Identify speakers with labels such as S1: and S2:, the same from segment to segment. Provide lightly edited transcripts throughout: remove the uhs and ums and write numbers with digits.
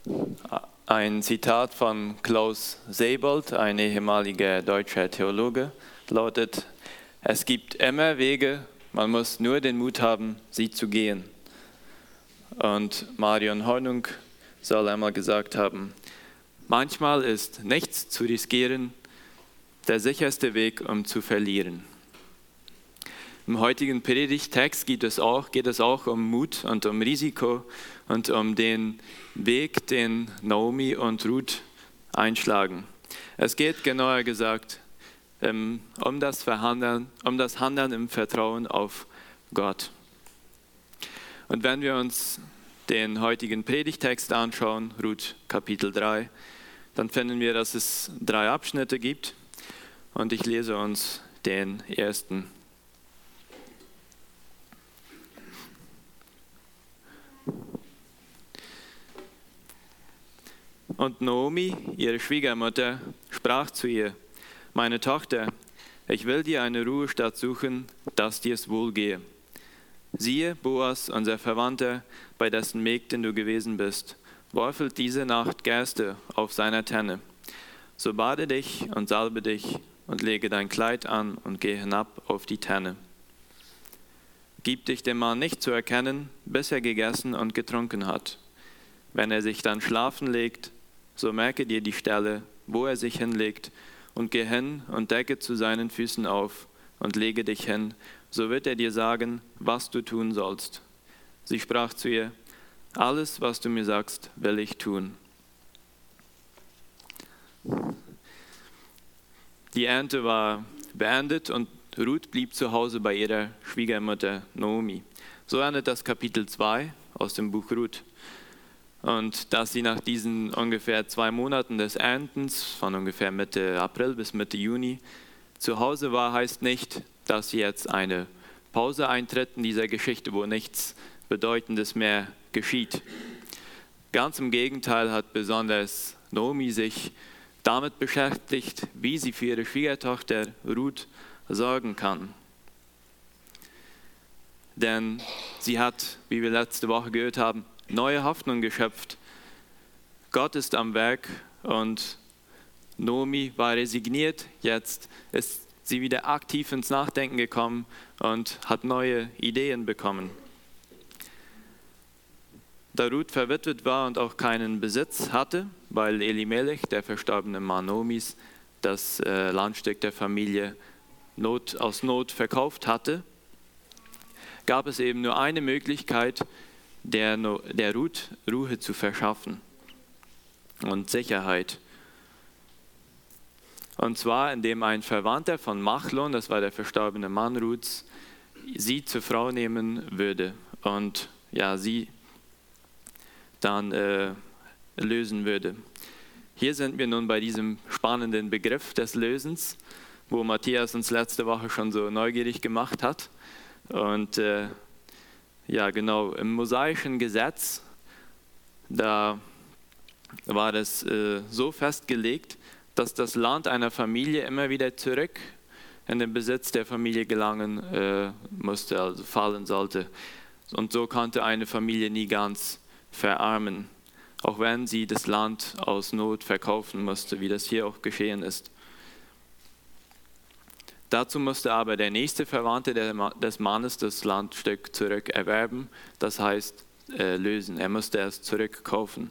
S1: Ein Zitat von Klaus Seybold, ein ehemaliger deutscher Theologe, lautet: Es gibt immer Wege, man muss nur den Mut haben, sie zu gehen. Und Marion Hornung soll einmal gesagt haben: Manchmal ist nichts zu riskieren der sicherste Weg, um zu verlieren. Im heutigen Predigttext geht es auch um Mut und um Risiko und um den Weg, den Naomi und Ruth einschlagen. Es geht genauer gesagt um das Handeln im Vertrauen auf Gott. Und wenn wir uns den heutigen Predigttext anschauen, Ruth Kapitel 3, dann finden wir, dass es 3 Abschnitte gibt. Und ich lese uns den ersten. Und Naomi, ihre Schwiegermutter, sprach zu ihr: Meine Tochter, ich will dir eine Ruhestadt suchen, dass dir's wohl gehe. Siehe, Boas, unser Verwandter, bei dessen Mägden du gewesen bist, worfelt diese Nacht Gerste auf seiner Tenne. So bade dich und salbe dich und lege dein Kleid an und geh hinab auf die Tenne. Gib dich dem Mann nicht zu erkennen, bis er gegessen und getrunken hat. Wenn er sich dann schlafen legt, so merke dir die Stelle, wo er sich hinlegt, und geh hin und decke zu seinen Füßen auf und lege dich hin, so wird er dir sagen, was du tun sollst. Sie sprach zu ihr: Alles, was du mir sagst, will ich tun. Die Ernte war beendet und Ruth blieb zu Hause bei ihrer Schwiegermutter Naomi. So endet das Kapitel 2 aus dem Buch Ruth. Und dass sie nach diesen ungefähr 2 Monaten des Erntens, von ungefähr Mitte April bis Mitte Juni, zu Hause war, heißt nicht, dass jetzt eine Pause eintritt in dieser Geschichte, wo nichts Bedeutendes mehr geschieht. Ganz im Gegenteil hat besonders Naomi sich damit beschäftigt, wie sie für ihre Schwiegertochter Ruth sorgen kann. Denn sie hat, wie wir letzte Woche gehört haben, neue Hoffnung geschöpft. Gott ist am Werk und Naomi war resigniert. Jetzt ist sie wieder aktiv ins Nachdenken gekommen und hat neue Ideen bekommen. Da Ruth verwitwet war und auch keinen Besitz hatte, weil Elimelech, der verstorbene Mann Naomis, das Landstück der Familie aus Not verkauft hatte, gab es eben nur eine Möglichkeit, der Ruth Ruhe zu verschaffen und Sicherheit. Und zwar, indem ein Verwandter von Machlon, das war der verstorbene Mann Ruths, sie zur Frau nehmen würde und sie dann lösen würde. Hier sind wir nun bei diesem spannenden Begriff des Lösens, wo Matthias uns letzte Woche schon so neugierig gemacht hat. Und genau, im mosaischen Gesetz, da war es so festgelegt, dass das Land einer Familie immer wieder zurück in den Besitz der Familie gelangen musste, also fallen sollte. Und so konnte eine Familie nie ganz verarmen, auch wenn sie das Land aus Not verkaufen musste, wie das hier auch geschehen ist. Dazu musste aber der nächste Verwandte des Mannes das Landstück zurückerwerben, das heißt lösen. Er musste es zurückkaufen.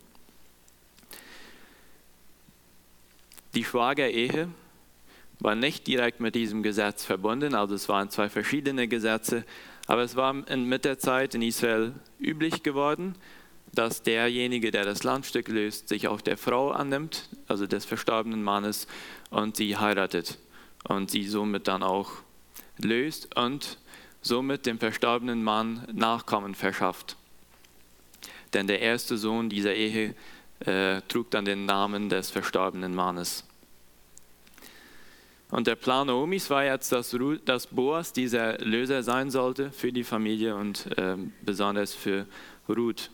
S1: Die Schwagerehe war nicht direkt mit diesem Gesetz verbunden, also es waren 2 verschiedene Gesetze, aber es war mit der Zeit in Israel üblich geworden, dass derjenige, der das Landstück löst, sich auch der Frau annimmt, also des verstorbenen Mannes, und sie heiratet und sie somit dann auch löst und somit dem verstorbenen Mann Nachkommen verschafft. Denn der erste Sohn dieser Ehe trug dann den Namen des verstorbenen Mannes. Und der Plan Naomis war jetzt, dass Boas dieser Löser sein sollte für die Familie und besonders für Ruth,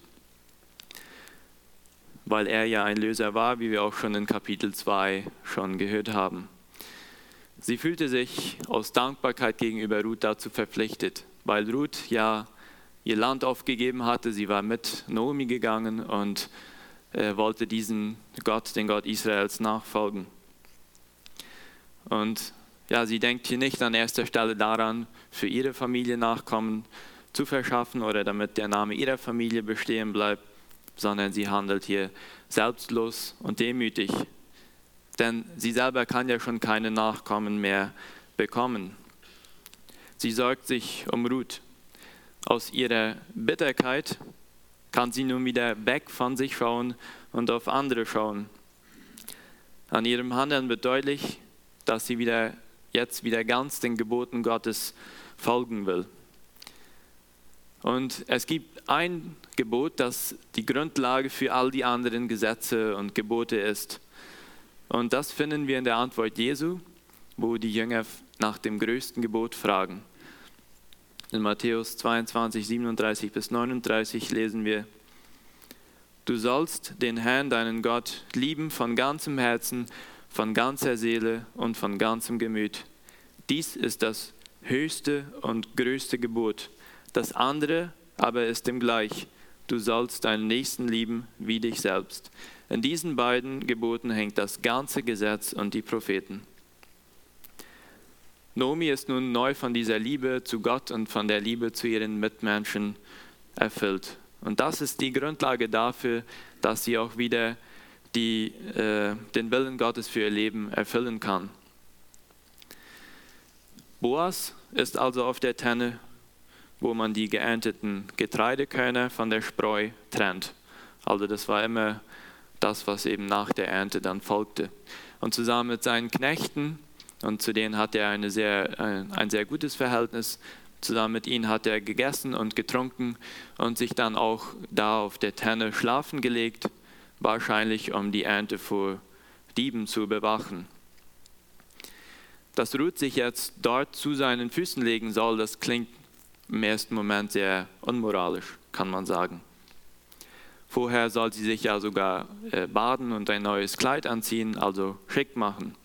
S1: weil er ja ein Löser war, wie wir auch schon in Kapitel 2 schon gehört haben. Sie fühlte sich aus Dankbarkeit gegenüber Ruth dazu verpflichtet, weil Ruth ja ihr Land aufgegeben hatte. Sie war mit Naomi gegangen und wollte diesen Gott, den Gott Israels, nachfolgen. Und ja, sie denkt hier nicht an erster Stelle daran, für ihre Familie Nachkommen zu verschaffen oder damit der Name ihrer Familie bestehen bleibt, sondern sie handelt hier selbstlos und demütig. Denn sie selber kann ja schon keine Nachkommen mehr bekommen. Sie sorgt sich um Ruth. Aus ihrer Bitterkeit kann sie nun wieder weg von sich schauen und auf andere schauen. An ihrem Handeln wird deutlich, dass sie jetzt wieder ganz den Geboten Gottes folgen will. Und es gibt ein Gebot, das die Grundlage für all die anderen Gesetze und Gebote ist. Und das finden wir in der Antwort Jesu, wo die Jünger nach dem größten Gebot fragen. In Matthäus 22, 37 bis 39 lesen wir: Du sollst den Herrn, deinen Gott, lieben von ganzem Herzen, von ganzer Seele und von ganzem Gemüt. Dies ist das höchste und größte Gebot. Das andere aber ist ihm gleich: Du sollst deinen Nächsten lieben wie dich selbst. In diesen beiden Geboten hängt das ganze Gesetz und die Propheten. Naomi ist nun neu von dieser Liebe zu Gott und von der Liebe zu ihren Mitmenschen erfüllt. Und das ist die Grundlage dafür, dass sie auch wieder den Willen Gottes für ihr Leben erfüllen kann. Boas ist also auf der Tenne, wo man die geernteten Getreidekörner von der Spreu trennt. Also das war immer das, was eben nach der Ernte dann folgte. Und zusammen mit seinen Knechten, und zu denen hatte er ein sehr gutes Verhältnis, zusammen mit ihnen hat er gegessen und getrunken und sich dann auch da auf der Tenne schlafen gelegt, wahrscheinlich um die Ernte vor Dieben zu bewachen. Dass Ruth sich jetzt dort zu seinen Füßen legen soll, das klingt im ersten Moment sehr unmoralisch, kann man sagen. Vorher soll sie sich ja sogar baden und ein neues Kleid anziehen, also schick machen.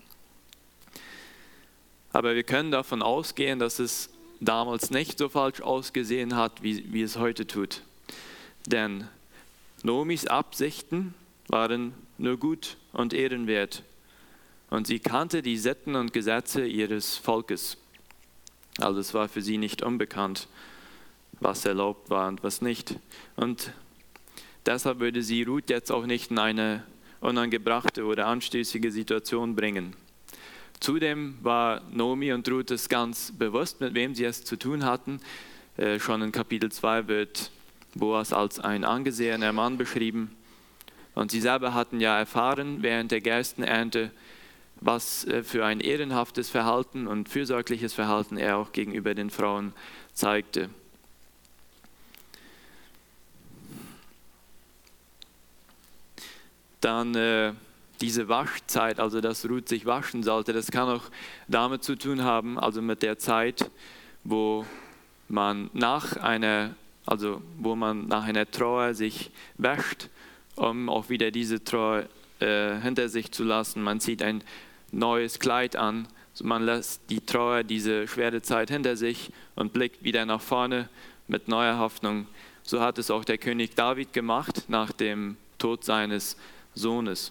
S1: Aber wir können davon ausgehen, dass es damals nicht so falsch ausgesehen hat, wie es heute tut. Denn Naomis Absichten waren nur gut und ehrenwert. Und sie kannte die Sitten und Gesetze ihres Volkes. Also es war für sie nicht unbekannt, was erlaubt war und was nicht. Und deshalb würde sie Ruth jetzt auch nicht in eine unangebrachte oder anstößige Situation bringen. Zudem war Naomi und Ruth es ganz bewusst, mit wem sie es zu tun hatten. Schon in Kapitel 2 wird Boas als ein angesehener Mann beschrieben. Und sie selber hatten ja erfahren während der Gerstenernte, was für ein ehrenhaftes Verhalten und fürsorgliches Verhalten er auch gegenüber den Frauen zeigte. Dann diese Waschzeit, also dass Ruth sich waschen sollte, das kann auch damit zu tun haben, also mit der Zeit, wo man nach einer Trauer sich wäscht, um auch wieder diese Trauer hinter sich zu lassen. Man zieht ein neues Kleid an, man lässt die Trauer, diese schwere Zeit hinter sich und blickt wieder nach vorne mit neuer Hoffnung. So hat es auch der König David gemacht nach dem Tod seines Sohnes.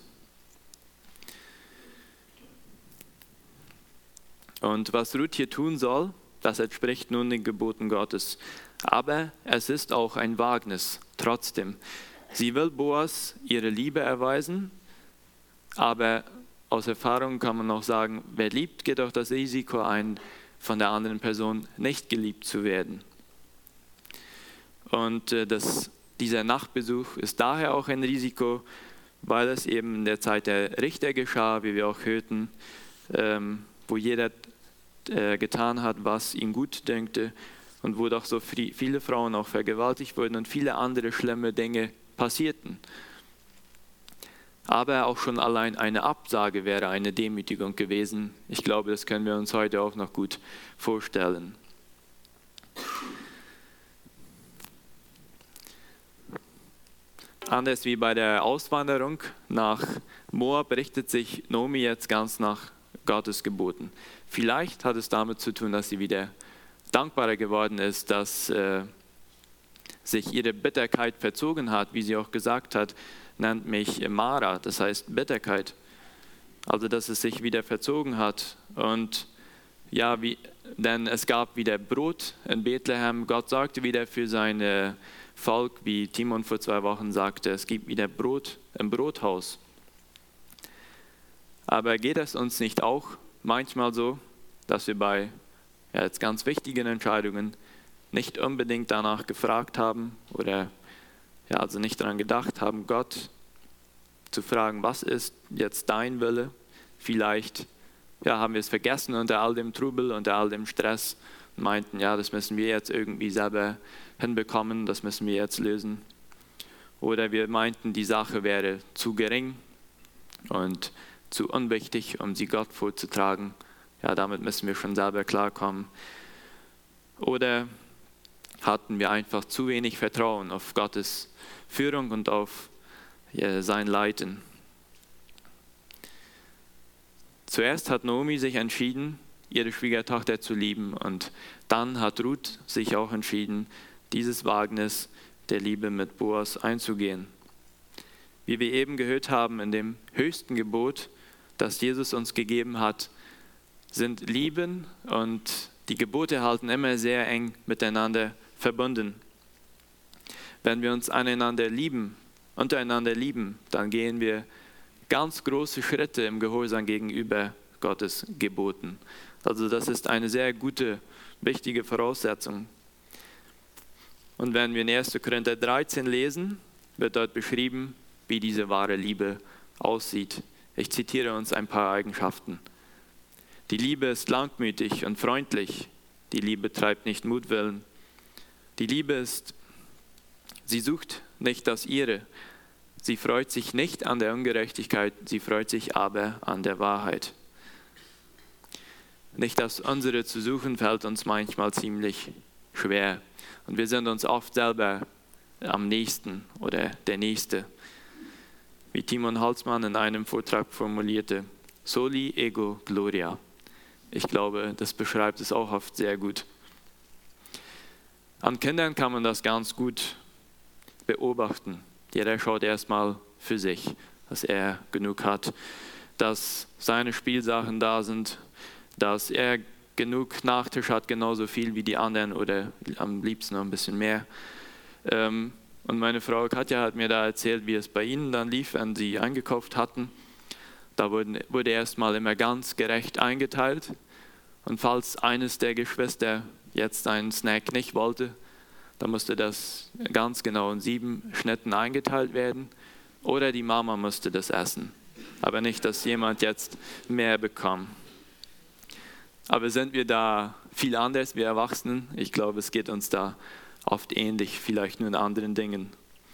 S1: Und was Ruth hier tun soll, das entspricht nun den Geboten Gottes. Aber es ist auch ein Wagnis, trotzdem. Sie will Boas ihre Liebe erweisen, aber aus Erfahrung kann man auch sagen, wer liebt, geht auch das Risiko ein, von der anderen Person nicht geliebt zu werden. Und dieser Nachtbesuch ist daher auch ein Risiko, weil es eben in der Zeit der Richter geschah, wie wir auch hörten, wo jeder getan hat, was ihm gut dünkte und wo doch so viele Frauen auch vergewaltigt wurden und viele andere schlimme Dinge passierten. Aber auch schon allein eine Absage wäre eine Demütigung gewesen. Ich glaube, das können wir uns heute auch noch gut vorstellen. Anders wie bei der Auswanderung nach Moab richtet sich Naomi jetzt ganz nach Gottes Geboten. Vielleicht hat es damit zu tun, dass sie wieder dankbarer geworden ist, dass sich ihre Bitterkeit verzogen hat, wie sie auch gesagt hat, nennt mich Mara, das heißt Bitterkeit. Also dass es sich wieder verzogen hat. Und ja, denn es gab wieder Brot in Bethlehem. Gott sorgte wieder für sein Volk, wie Timon vor 2 Wochen sagte, es gibt wieder Brot im Brothaus. Aber geht es uns nicht auch manchmal so, dass wir bei jetzt ganz wichtigen Entscheidungen nicht unbedingt danach gefragt haben oder also nicht daran gedacht haben, Gott zu fragen, was ist jetzt dein Wille? Vielleicht haben wir es vergessen unter all dem Trubel, unter all dem Stress und meinten, das müssen wir jetzt irgendwie selber hinbekommen, das müssen wir jetzt lösen. Oder wir meinten, die Sache wäre zu gering und zu unwichtig, um sie Gott vorzutragen. Damit müssen wir schon selber klarkommen. Oder hatten wir einfach zu wenig Vertrauen auf Gottes Führung und auf sein Leiten. Zuerst hat Naomi sich entschieden, ihre Schwiegertochter zu lieben, und dann hat Ruth sich auch entschieden, dieses Wagnis der Liebe mit Boas einzugehen. Wie wir eben gehört haben, in dem höchsten Gebot, das Jesus uns gegeben hat, sind Lieben und die Gebote halten immer sehr eng miteinander verbunden. Wenn wir uns untereinander lieben, dann gehen wir ganz große Schritte im Gehorsam gegenüber Gottes Geboten. Also das ist eine sehr gute, wichtige Voraussetzung. Und wenn wir in 1. Korinther 13 lesen, wird dort beschrieben, wie diese wahre Liebe aussieht. Ich zitiere uns ein paar Eigenschaften. Die Liebe ist langmütig und freundlich. Die Liebe treibt nicht Mutwillen. Die Liebe sie sucht nicht das Ihre. Sie freut sich nicht an der Ungerechtigkeit, sie freut sich aber an der Wahrheit. Nicht das unsere zu suchen, fällt uns manchmal ziemlich schwer. Und wir sind uns oft selber am nächsten oder der Nächste. Wie Timon Holzmann in einem Vortrag formulierte, Soli ego gloria. Ich glaube, das beschreibt es auch oft sehr gut. An Kindern kann man das ganz gut beobachten. Jeder schaut erstmal für sich, dass er genug hat, dass seine Spielsachen da sind, dass er genug Nachtisch hat, genauso viel wie die anderen oder am liebsten noch ein bisschen mehr. Und meine Frau Katja hat mir da erzählt, wie es bei ihnen dann lief, wenn sie eingekauft hatten. Da wurde erstmal immer ganz gerecht eingeteilt. Und falls eines der Geschwister jetzt einen Snack nicht wollte, dann musste das ganz genau in 7 Schnitten eingeteilt werden. Oder die Mama musste das essen. Aber nicht, dass jemand jetzt mehr bekam. Aber sind wir da viel anders, wir Erwachsenen? Ich glaube, es geht uns da oft ähnlich, vielleicht nur in anderen Dingen.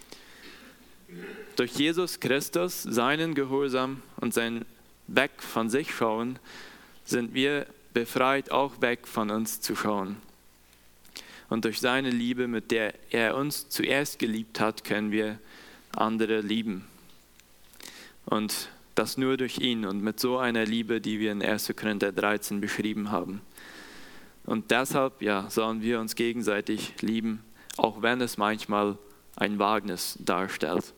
S1: Durch Jesus Christus, seinen Gehorsam und sein Weg von sich schauen, sind wir befreit, auch weg von uns zu schauen. Und durch seine Liebe, mit der er uns zuerst geliebt hat, können wir andere lieben. Und das nur durch ihn und mit so einer Liebe, die wir in 1. Korinther 13 beschrieben haben. Und deshalb sollen wir uns gegenseitig lieben, auch wenn es manchmal ein Wagnis darstellt.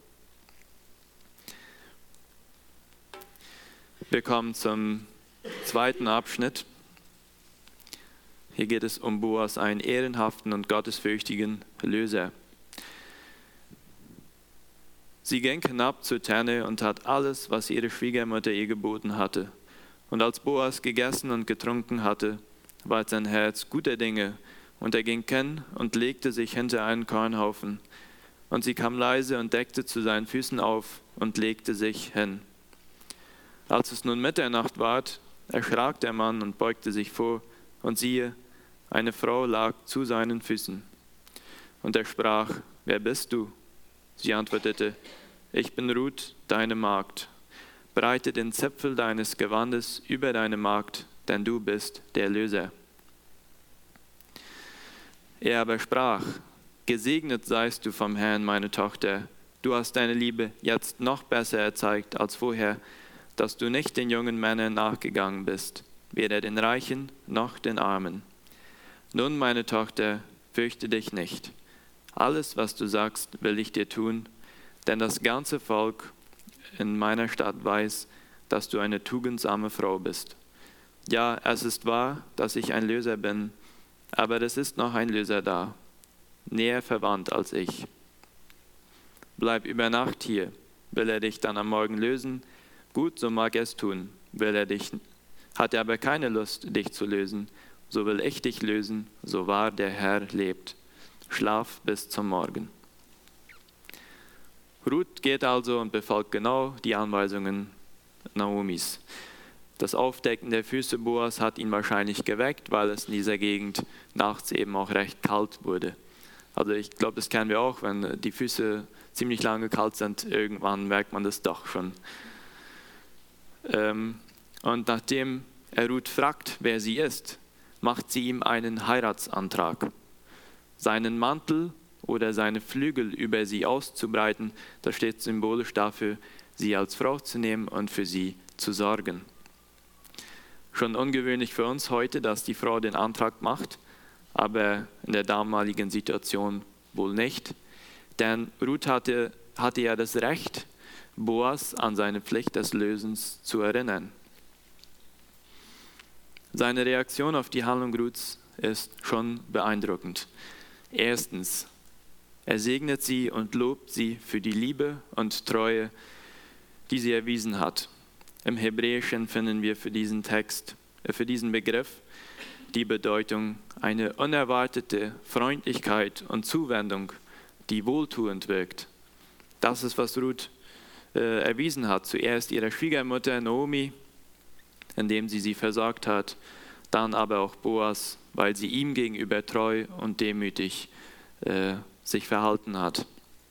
S1: Wir kommen zum zweiten Abschnitt. Hier geht es um Boas, einen ehrenhaften und gottesfürchtigen Löser. Sie ging hinab zur Tenne und tat alles, was ihre Schwiegermutter ihr geboten hatte. Und als Boas gegessen und getrunken hatte, war sein Herz guter Dinge, und er ging hin und legte sich hinter einen Kornhaufen. Und sie kam leise und deckte zu seinen Füßen auf und legte sich hin. Als es nun Mitternacht ward, erschrak der Mann und beugte sich vor, und siehe, eine Frau lag zu seinen Füßen. Und er sprach, wer bist du? Sie antwortete, ich bin Ruth, deine Magd. Breite den Zipfel deines Gewandes über deine Magd, denn du bist der Löser. Er aber sprach, gesegnet seist du vom Herrn, meine Tochter. Du hast deine Liebe jetzt noch besser erzeigt als vorher, dass du nicht den jungen Männern nachgegangen bist, weder den Reichen noch den Armen. Nun, meine Tochter, fürchte dich nicht. Alles, was du sagst, will ich dir tun, denn das ganze Volk in meiner Stadt weiß, dass du eine tugendsame Frau bist. Ja, es ist wahr, dass ich ein Löser bin, aber es ist noch ein Löser da, näher verwandt als ich. Bleib über Nacht hier. Will er dich dann am Morgen lösen? Gut, so mag er es tun. Hat er aber keine Lust, dich zu lösen, so will ich dich lösen, so wahr der Herr lebt. Schlaf bis zum Morgen. Ruth geht also und befolgt genau die Anweisungen Naomis. Das Aufdecken der Füße Boas hat ihn wahrscheinlich geweckt, weil es in dieser Gegend nachts eben auch recht kalt wurde. Also ich glaube, das kennen wir auch, wenn die Füße ziemlich lange kalt sind, irgendwann merkt man das doch schon. Und nachdem er Ruth fragt, wer sie ist, macht sie ihm einen Heiratsantrag. Seinen Mantel oder seine Flügel über sie auszubreiten, das steht symbolisch dafür, sie als Frau zu nehmen und für sie zu sorgen. Schon ungewöhnlich für uns heute, dass die Frau den Antrag macht, aber in der damaligen Situation wohl nicht. Denn Ruth hatte ja das Recht, Boas an seine Pflicht des Lösens zu erinnern. Seine Reaktion auf die Handlung Ruths ist schon beeindruckend. Erstens, er segnet sie und lobt sie für die Liebe und Treue, die sie erwiesen hat. Im Hebräischen finden wir für diesen Begriff die Bedeutung eine unerwartete Freundlichkeit und Zuwendung, die wohltuend wirkt. Das ist, was Ruth erwiesen hat. Zuerst ihrer Schwiegermutter Naomi, indem sie versorgt hat, dann aber auch Boas, weil sie ihm gegenüber treu und demütig sich verhalten hat.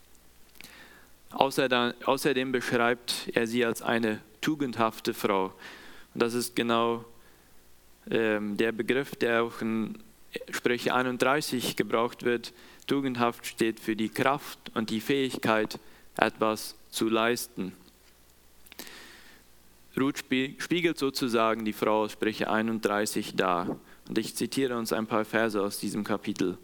S1: Außerdem beschreibt er sie als eine tugendhafte Frau. Und das ist genau der Begriff, der auch in Sprüche 31 gebraucht wird. Tugendhaft steht für die Kraft und die Fähigkeit, etwas zu leisten. Ruth spiegelt sozusagen die Frau aus Sprüche 31 dar. Und ich zitiere uns ein paar Verse aus diesem Kapitel.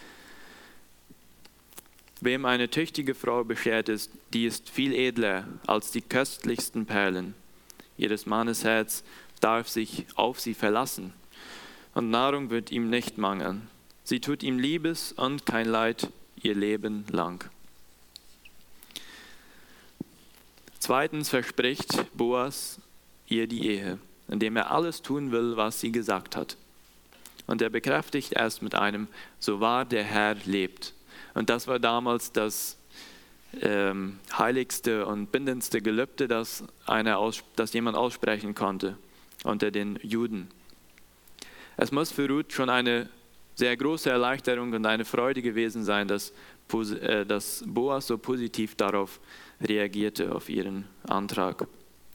S1: Wem eine tüchtige Frau beschert ist, die ist viel edler als die köstlichsten Perlen. Ihres Mannes Herz darf sich auf sie verlassen, und Nahrung wird ihm nicht mangeln. Sie tut ihm Liebes und kein Leid ihr Leben lang. Zweitens verspricht Boas ihr die Ehe, indem er alles tun will, was sie gesagt hat. Und er bekräftigt erst mit einem, so wahr der Herr lebt. Und das war damals das heiligste und bindendste Gelübde, das jemand aussprechen konnte unter den Juden. Es muss für Ruth schon eine sehr große Erleichterung und eine Freude gewesen sein, dass Boas so positiv darauf reagierte, auf ihren Antrag.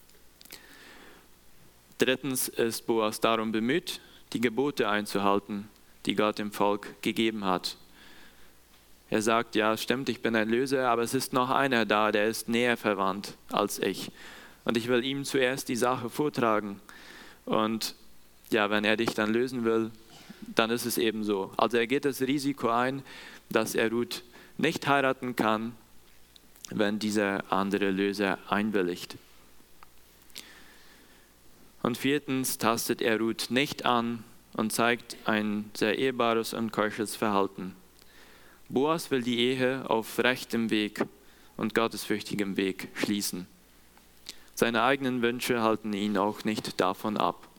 S1: Drittens ist Boas darum bemüht, die Gebote einzuhalten, die Gott dem Volk gegeben hat. Er sagt, ja, stimmt, ich bin ein Löser, aber es ist noch einer da, der ist näher verwandt als ich. Und ich will ihm zuerst die Sache vortragen. Und ja, wenn er dich dann lösen will, dann ist es eben so. Also er geht das Risiko ein, dass er Ruth nicht heiraten kann, wenn dieser andere Löser einwilligt. Und viertens tastet er Ruth nicht an und zeigt ein sehr ehrbares und keusches Verhalten. Boas will die Ehe auf rechtem Weg und gottesfürchtigem Weg schließen. Seine eigenen Wünsche halten ihn auch nicht davon ab.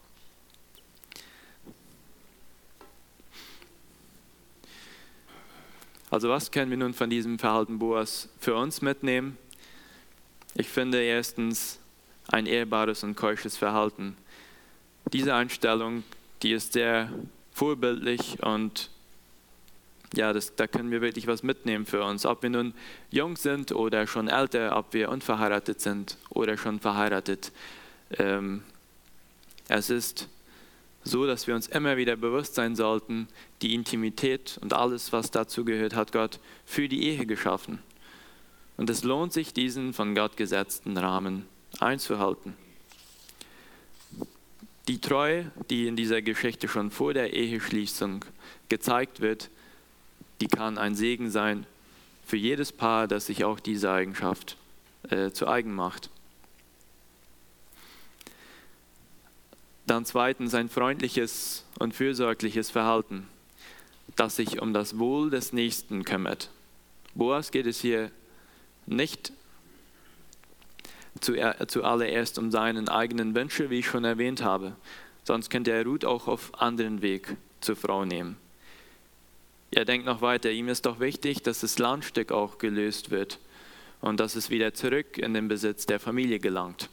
S1: Also was können wir nun von diesem Verhalten Boas für uns mitnehmen? Ich finde erstens ein ehrbares und keusches Verhalten. Diese Einstellung, die ist sehr vorbildlich und ja, da können wir wirklich was mitnehmen für uns. Ob wir nun jung sind oder schon älter, ob wir unverheiratet sind oder schon verheiratet. Es ist so, dass wir uns immer wieder bewusst sein sollten, die Intimität und alles, was dazu gehört, hat Gott für die Ehe geschaffen. Und es lohnt sich, diesen von Gott gesetzten Rahmen einzuhalten. Die Treue, die in dieser Geschichte schon vor der Eheschließung gezeigt wird, die kann ein Segen sein für jedes Paar, das sich auch diese Eigenschaft zu eigen macht. Dann zweitens ein freundliches und fürsorgliches Verhalten, das sich um das Wohl des Nächsten kümmert. Boas geht es hier nicht zuallererst um seinen eigenen Wünsche, wie ich schon erwähnt habe. Sonst könnte er Ruth auch auf anderen Weg zur Frau nehmen. Er denkt noch weiter, ihm ist doch wichtig, dass das Landstück auch gelöst wird und dass es wieder zurück in den Besitz der Familie gelangt.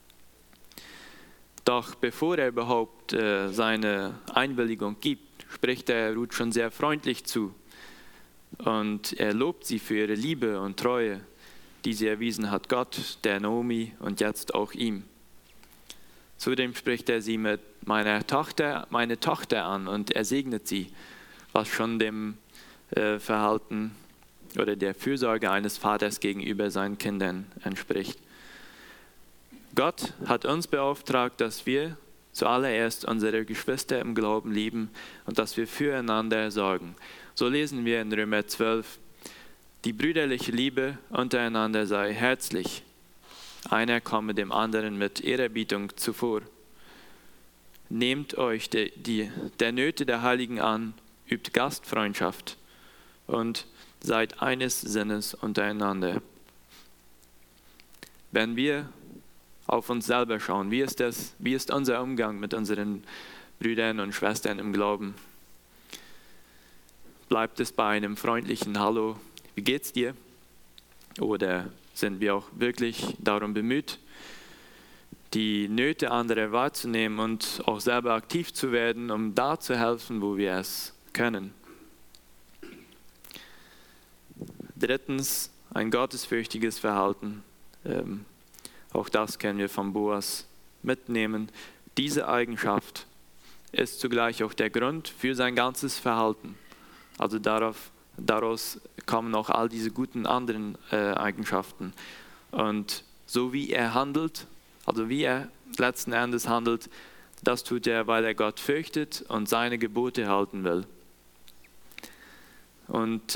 S1: Doch bevor er überhaupt seine Einwilligung gibt, spricht er Ruth schon sehr freundlich zu. Und er lobt sie für ihre Liebe und Treue, die sie erwiesen hat Gott, der Naomi und jetzt auch ihm. Zudem spricht er sie mit meine Tochter an und er segnet sie, was schon dem Verhalten oder der Fürsorge eines Vaters gegenüber seinen Kindern entspricht. Gott hat uns beauftragt, dass wir zuallererst unsere Geschwister im Glauben lieben und dass wir füreinander sorgen. So lesen wir in Römer 12, die brüderliche Liebe untereinander sei herzlich. Einer komme dem anderen mit Ehrerbietung zuvor. Nehmt euch der Nöte der Heiligen an, übt Gastfreundschaft und seid eines Sinnes untereinander. Wenn wir auf uns selber schauen, wie ist unser Umgang mit unseren Brüdern und Schwestern im Glauben? Bleibt es bei einem freundlichen Hallo, wie geht's dir? Oder sind wir auch wirklich darum bemüht, die Nöte anderer wahrzunehmen und auch selber aktiv zu werden, um da zu helfen, wo wir es können? Drittens, ein gottesfürchtiges Verhalten. Auch das können wir von Boas mitnehmen. Diese Eigenschaft ist zugleich auch der Grund für sein ganzes Verhalten. Also daraus kommen auch all diese guten anderen Eigenschaften. Und so wie er handelt, also wie er letzten Endes handelt, das tut er, weil er Gott fürchtet und seine Gebote halten will. Und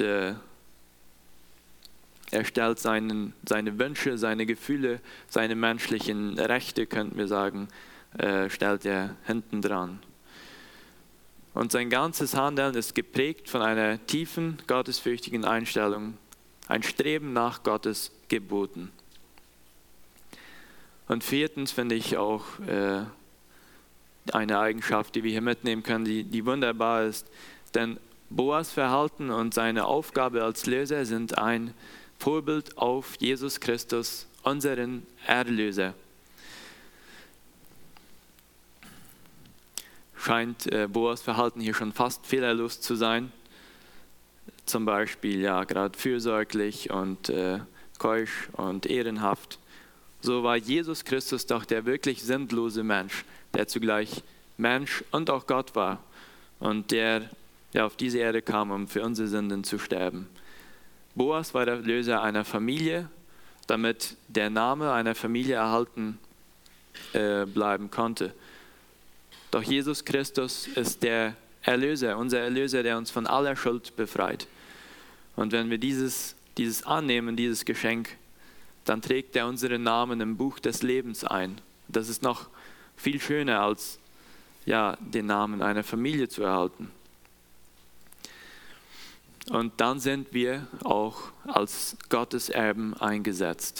S1: er stellt seine Wünsche, seine Gefühle, seine menschlichen Rechte, könnten wir sagen, stellt er hinten dran. Und sein ganzes Handeln ist geprägt von einer tiefen, gottesfürchtigen Einstellung, ein Streben nach Gottes Geboten. Und viertens finde ich auch eine Eigenschaft, die wir hier mitnehmen können, die wunderbar ist. Denn Boas Verhalten und seine Aufgabe als Löser sind ein Vorbild auf Jesus Christus, unseren Erlöser. Scheint Boas Verhalten hier schon fast fehlerlos zu sein. Zum Beispiel ja gerade fürsorglich und keusch und ehrenhaft. So war Jesus Christus doch der wirklich sinnlose Mensch, der zugleich Mensch und auch Gott war und der auf diese Erde kam, um für unsere Sünden zu sterben. Boas war der Löser einer Familie, damit der Name einer Familie erhalten bleiben konnte. Doch Jesus Christus ist der Erlöser, unser Erlöser, der uns von aller Schuld befreit. Und wenn wir dieses annehmen, dieses Geschenk, dann trägt er unseren Namen im Buch des Lebens ein. Das ist noch viel schöner, als den Namen einer Familie zu erhalten. Und dann sind wir auch als Gotteserben eingesetzt.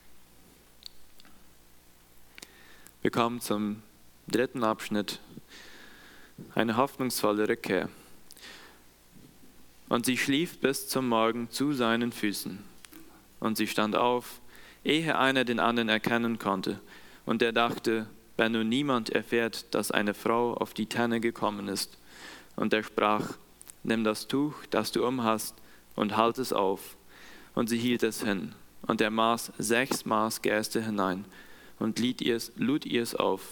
S1: Wir kommen zum dritten Abschnitt, eine hoffnungsvolle Rückkehr. Und sie schlief bis zum Morgen zu seinen Füßen. Und sie stand auf, ehe einer den anderen erkennen konnte. Und er dachte, wenn nun niemand erfährt, dass eine Frau auf die Tenne gekommen ist. Und er sprach, nimm das Tuch, das du umhast, und halt es auf. Und sie hielt es hin. Und er maß 6 Maß Gerste hinein und lud ihr's auf.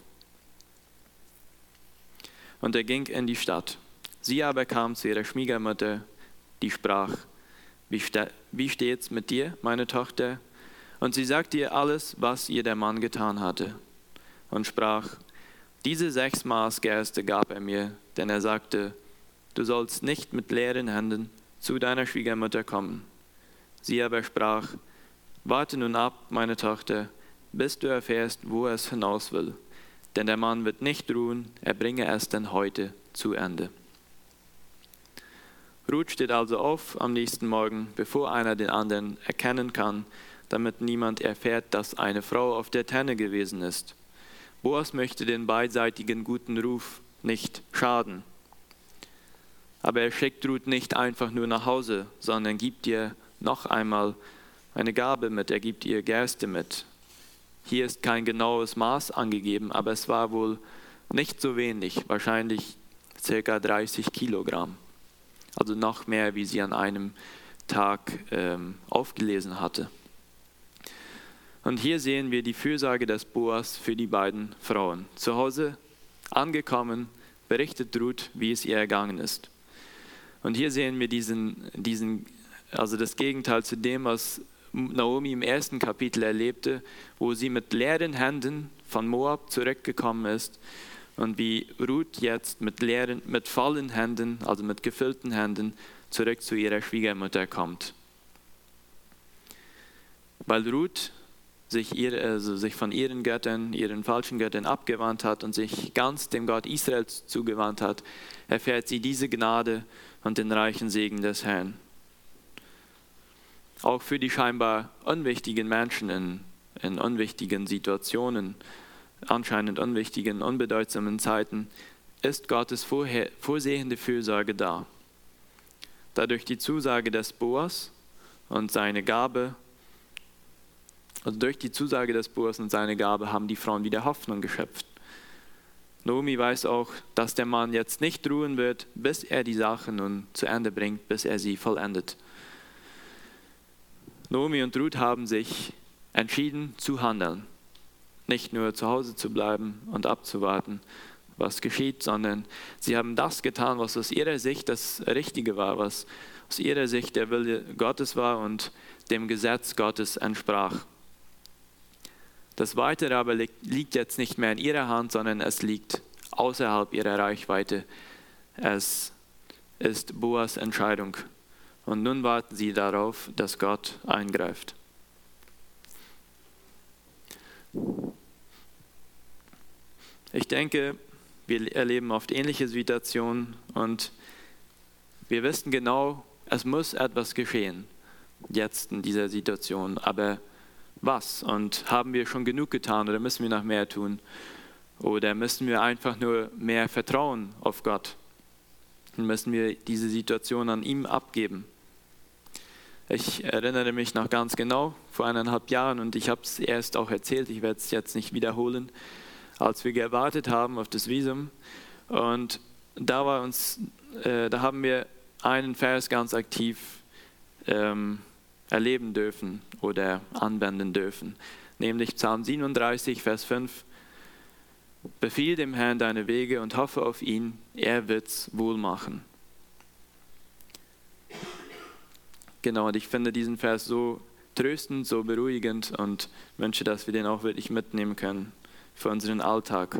S1: Und er ging in die Stadt. Sie aber kam zu ihrer Schwiegermutter, die sprach, wie steht's mit dir, meine Tochter? Und sie sagte ihr alles, was ihr der Mann getan hatte. Und sprach, diese 6 Maß Gerste gab er mir, denn er sagte, du sollst nicht mit leeren Händen zu deiner Schwiegermutter kommen. Sie aber sprach: Warte nun ab, meine Tochter, bis du erfährst, wo es hinaus will. Denn der Mann wird nicht ruhen, er bringe es denn heute zu Ende. Ruth steht also auf am nächsten Morgen, bevor einer den anderen erkennen kann, damit niemand erfährt, dass eine Frau auf der Tenne gewesen ist. Boas möchte den beidseitigen guten Ruf nicht schaden. Aber er schickt Ruth nicht einfach nur nach Hause, sondern gibt ihr noch einmal eine Gabe mit, er gibt ihr Gerste mit. Hier ist kein genaues Maß angegeben, aber es war wohl nicht so wenig, wahrscheinlich ca. 30 Kilogramm. Also noch mehr, wie sie an einem Tag aufgelesen hatte. Und hier sehen wir die Fürsorge des Boas für die beiden Frauen. Zu Hause angekommen, berichtet Ruth, wie es ihr ergangen ist. Und hier sehen wir also das Gegenteil zu dem, was Naomi im ersten Kapitel erlebte, wo sie mit leeren Händen von Moab zurückgekommen ist und wie Ruth jetzt mit vollen Händen, also mit gefüllten Händen, zurück zu ihrer Schwiegermutter kommt. Weil Ruth sich von ihren Göttern, ihren falschen Göttern abgewandt hat und sich ganz dem Gott Israels zugewandt hat, erfährt sie diese Gnade und den reichen Segen des Herrn. Auch für die scheinbar unwichtigen Menschen in unwichtigen Situationen, anscheinend unwichtigen, unbedeutsamen Zeiten, ist Gottes vorsehende Fürsorge da. Dadurch die Zusage des Boas und seine Gabe, also durch die Zusage des Boas und seine Gabe haben die Frauen wieder Hoffnung geschöpft. Naomi weiß auch, dass der Mann jetzt nicht ruhen wird, bis er die Sache nun zu Ende bringt, bis er sie vollendet. Naomi und Ruth haben sich entschieden zu handeln. Nicht nur zu Hause zu bleiben und abzuwarten, was geschieht, sondern sie haben das getan, was aus ihrer Sicht das Richtige war, was aus ihrer Sicht der Wille Gottes war und dem Gesetz Gottes entsprach. Das Weitere aber liegt jetzt nicht mehr in ihrer Hand, sondern es liegt außerhalb ihrer Reichweite. Es ist Boas Entscheidung. Und nun warten sie darauf, dass Gott eingreift. Ich denke, wir erleben oft ähnliche Situationen und wir wissen genau, es muss etwas geschehen, jetzt in dieser Situation. Aber was? Und haben wir schon genug getan oder müssen wir noch mehr tun? Oder müssen wir einfach nur mehr vertrauen auf Gott? Dann müssen wir diese Situation an ihm abgeben. Ich erinnere mich noch ganz genau, vor 1,5 Jahren, und ich habe es erst auch erzählt, ich werde es jetzt nicht wiederholen, als wir gewartet haben auf das Visum. Und da haben wir einen Vers ganz aktiv erleben dürfen oder anwenden dürfen, nämlich Psalm 37, Vers 5. Befiehl dem Herrn deine Wege und hoffe auf ihn, er wird's wohl machen. Genau, und ich finde diesen Vers so tröstend, so beruhigend und wünsche, dass wir den auch wirklich mitnehmen können für unseren Alltag.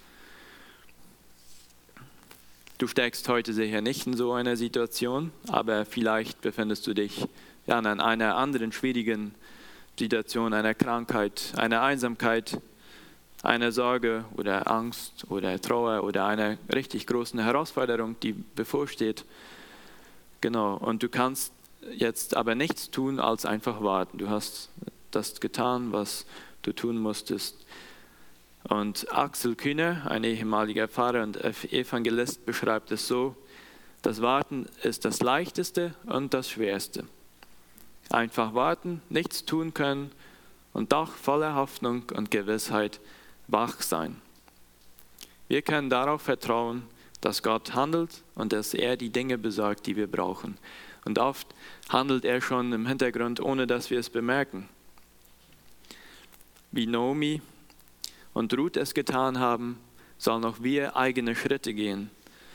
S1: Du steckst heute sicher nicht in so einer Situation, aber vielleicht befindest du dich in einer anderen schwierigen Situation, einer Krankheit, einer Einsamkeit, einer Sorge oder Angst oder Trauer oder einer richtig großen Herausforderung, die bevorsteht. Genau, und du kannst jetzt aber nichts tun, als einfach warten. Du hast das getan, was du tun musstest. Und Axel Kühner, ein ehemaliger Pfarrer und Evangelist, beschreibt es so: Das Warten ist das Leichteste und das Schwerste. Einfach warten, nichts tun können und doch voller Hoffnung und Gewissheit wach sein. Wir können darauf vertrauen, dass Gott handelt und dass er die Dinge besorgt, die wir brauchen. Und oft handelt er schon im Hintergrund, ohne dass wir es bemerken. Wie Naomi und Ruth es getan haben, sollen auch wir eigene Schritte gehen.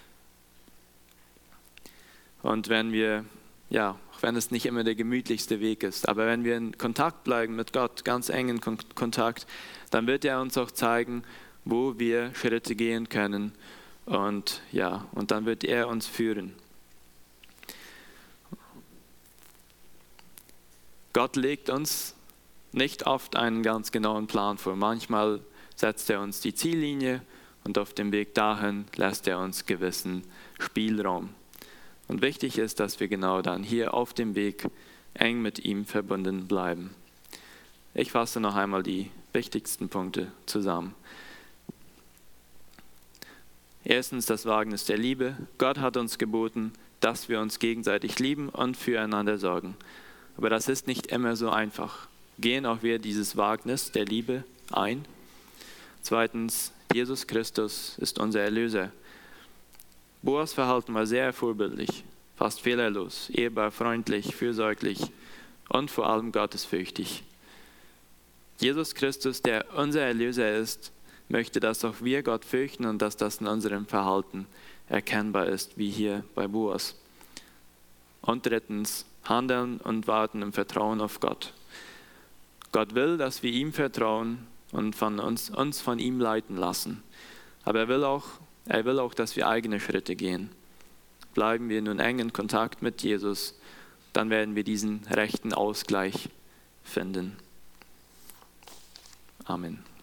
S1: Und wenn wir, auch wenn es nicht immer der gemütlichste Weg ist, aber wenn wir in Kontakt bleiben mit Gott, ganz engen Kontakt, dann wird er uns auch zeigen, wo wir Schritte gehen können. Und dann wird er uns führen. Gott legt uns nicht oft einen ganz genauen Plan vor. Manchmal setzt er uns die Ziellinie und auf dem Weg dahin lässt er uns gewissen Spielraum. Und wichtig ist, dass wir genau dann hier auf dem Weg eng mit ihm verbunden bleiben. Ich fasse noch einmal die wichtigsten Punkte zusammen. Erstens das Wagnis der Liebe. Gott hat uns geboten, dass wir uns gegenseitig lieben und füreinander sorgen. Aber das ist nicht immer so einfach. Gehen auch wir dieses Wagnis der Liebe ein? Zweitens, Jesus Christus ist unser Erlöser. Boas Verhalten war sehr vorbildlich, fast fehlerlos, ehrbar, freundlich, fürsorglich und vor allem gottesfürchtig. Jesus Christus, der unser Erlöser ist, möchte, dass auch wir Gott fürchten und dass das in unserem Verhalten erkennbar ist, wie hier bei Boas. Und drittens, handeln und warten im Vertrauen auf Gott. Gott will, dass wir ihm vertrauen und uns von ihm leiten lassen. Aber er will auch, dass wir eigene Schritte gehen. Bleiben wir nun eng in Kontakt mit Jesus, dann werden wir diesen rechten Ausgleich finden. Amen.